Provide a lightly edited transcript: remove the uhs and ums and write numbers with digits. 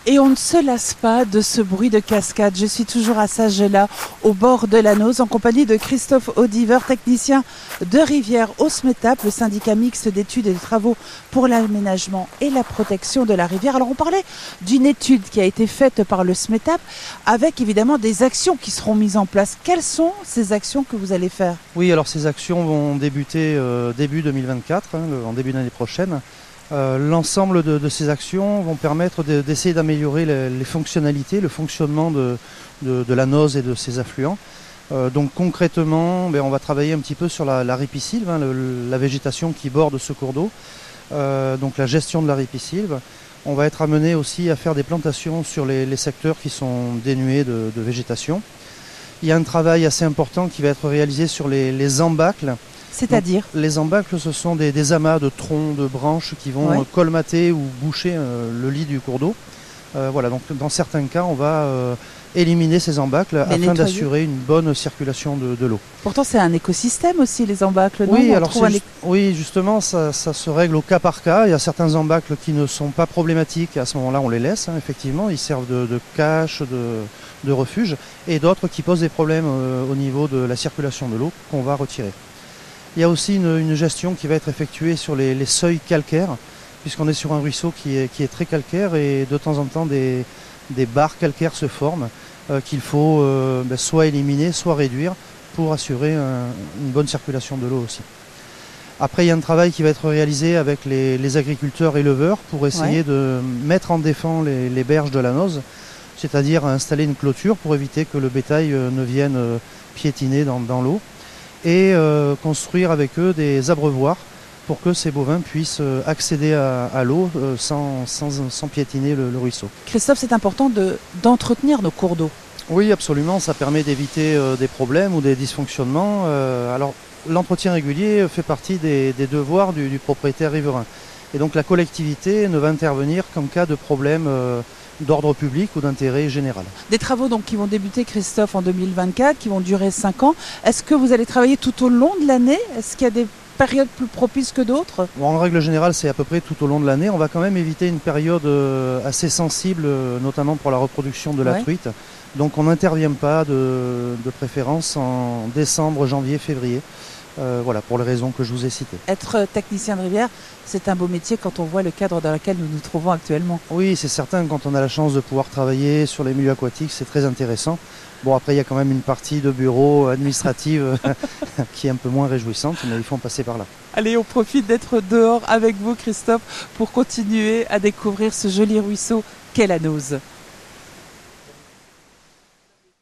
Et on ne se lasse pas de ce bruit de cascade. Je suis toujours à Saint-Gelais, au bord de la Noze, en compagnie de Christophe Audiver, technicien de rivière au SMETAP, le syndicat mixte d'études et de travaux pour l'aménagement et la protection de la rivière. Alors on parlait d'une étude qui a été faite par le SMETAP avec évidemment des actions qui seront mises en place. Quelles sont ces actions que vous allez faire ? Oui, alors ces actions vont débuter début 2024, en début d'année prochaine. L'ensemble de ces actions vont permettre d'essayer d'améliorer les fonctionnalités, le fonctionnement de la Noze et de ses affluents. Donc concrètement, on va travailler un petit peu sur la ripisylve, la végétation qui borde ce cours d'eau, donc la gestion de la ripisylve. On va être amené aussi à faire des plantations sur les secteurs qui sont dénués de végétation. Il y a un travail assez important qui va être réalisé sur les embâcles. C'est-à-dire ? Les embâcles, ce sont des amas de troncs, de branches qui vont colmater ou boucher le lit du cours d'eau. Voilà, donc dans certains cas, on va éliminer ces embâcles afin d'assurer une bonne circulation de l'eau. Pourtant, c'est un écosystème aussi, les embâcles, non ? Oui, oui, justement, ça se règle au cas par cas. Il y a certains embâcles qui ne sont pas problématiques. À ce moment-là, on les laisse, effectivement. Ils servent de cache, de refuge. Et d'autres qui posent des problèmes au niveau de la circulation de l'eau qu'on va retirer. Il y a aussi une gestion qui va être effectuée sur les seuils calcaires, puisqu'on est sur un ruisseau qui est très calcaire et de temps en temps des barres calcaires se forment qu'il faut soit éliminer, soit réduire pour assurer une bonne circulation de l'eau aussi. Après, il y a un travail qui va être réalisé avec les agriculteurs éleveurs pour essayer de mettre en défense les berges de la Noze, c'est-à-dire installer une clôture pour éviter que le bétail ne vienne piétiner dans l'eau. Et construire avec eux des abreuvoirs pour que ces bovins puissent accéder à l'eau sans piétiner le ruisseau. Christophe, c'est important d'entretenir nos cours d'eau. Oui, absolument, ça permet d'éviter des problèmes ou des dysfonctionnements. Alors, l'entretien régulier fait partie des devoirs du propriétaire riverain. Et donc la collectivité ne va intervenir qu'en cas de problème d'ordre public ou d'intérêt général. Des travaux donc qui vont débuter, Christophe, en 2024, qui vont durer 5 ans. Est-ce que vous allez travailler tout au long de l'année ? Est-ce qu'il y a des périodes plus propices que d'autres ? En règle générale, c'est à peu près tout au long de l'année. On va quand même éviter une période assez sensible, notamment pour la reproduction de la truite. Donc on n'intervient pas de préférence en décembre, janvier, février. Voilà, pour les raisons que je vous ai citées. Être technicien de rivière, c'est un beau métier quand on voit le cadre dans lequel nous nous trouvons actuellement. Oui, c'est certain, quand on a la chance de pouvoir travailler sur les milieux aquatiques, c'est très intéressant. Bon, après, il y a quand même une partie de bureau administrative qui est un peu moins réjouissante, mais il faut en passer par là. Allez, on profite d'être dehors avec vous, Christophe, pour continuer à découvrir ce joli ruisseau qu'est la Noze.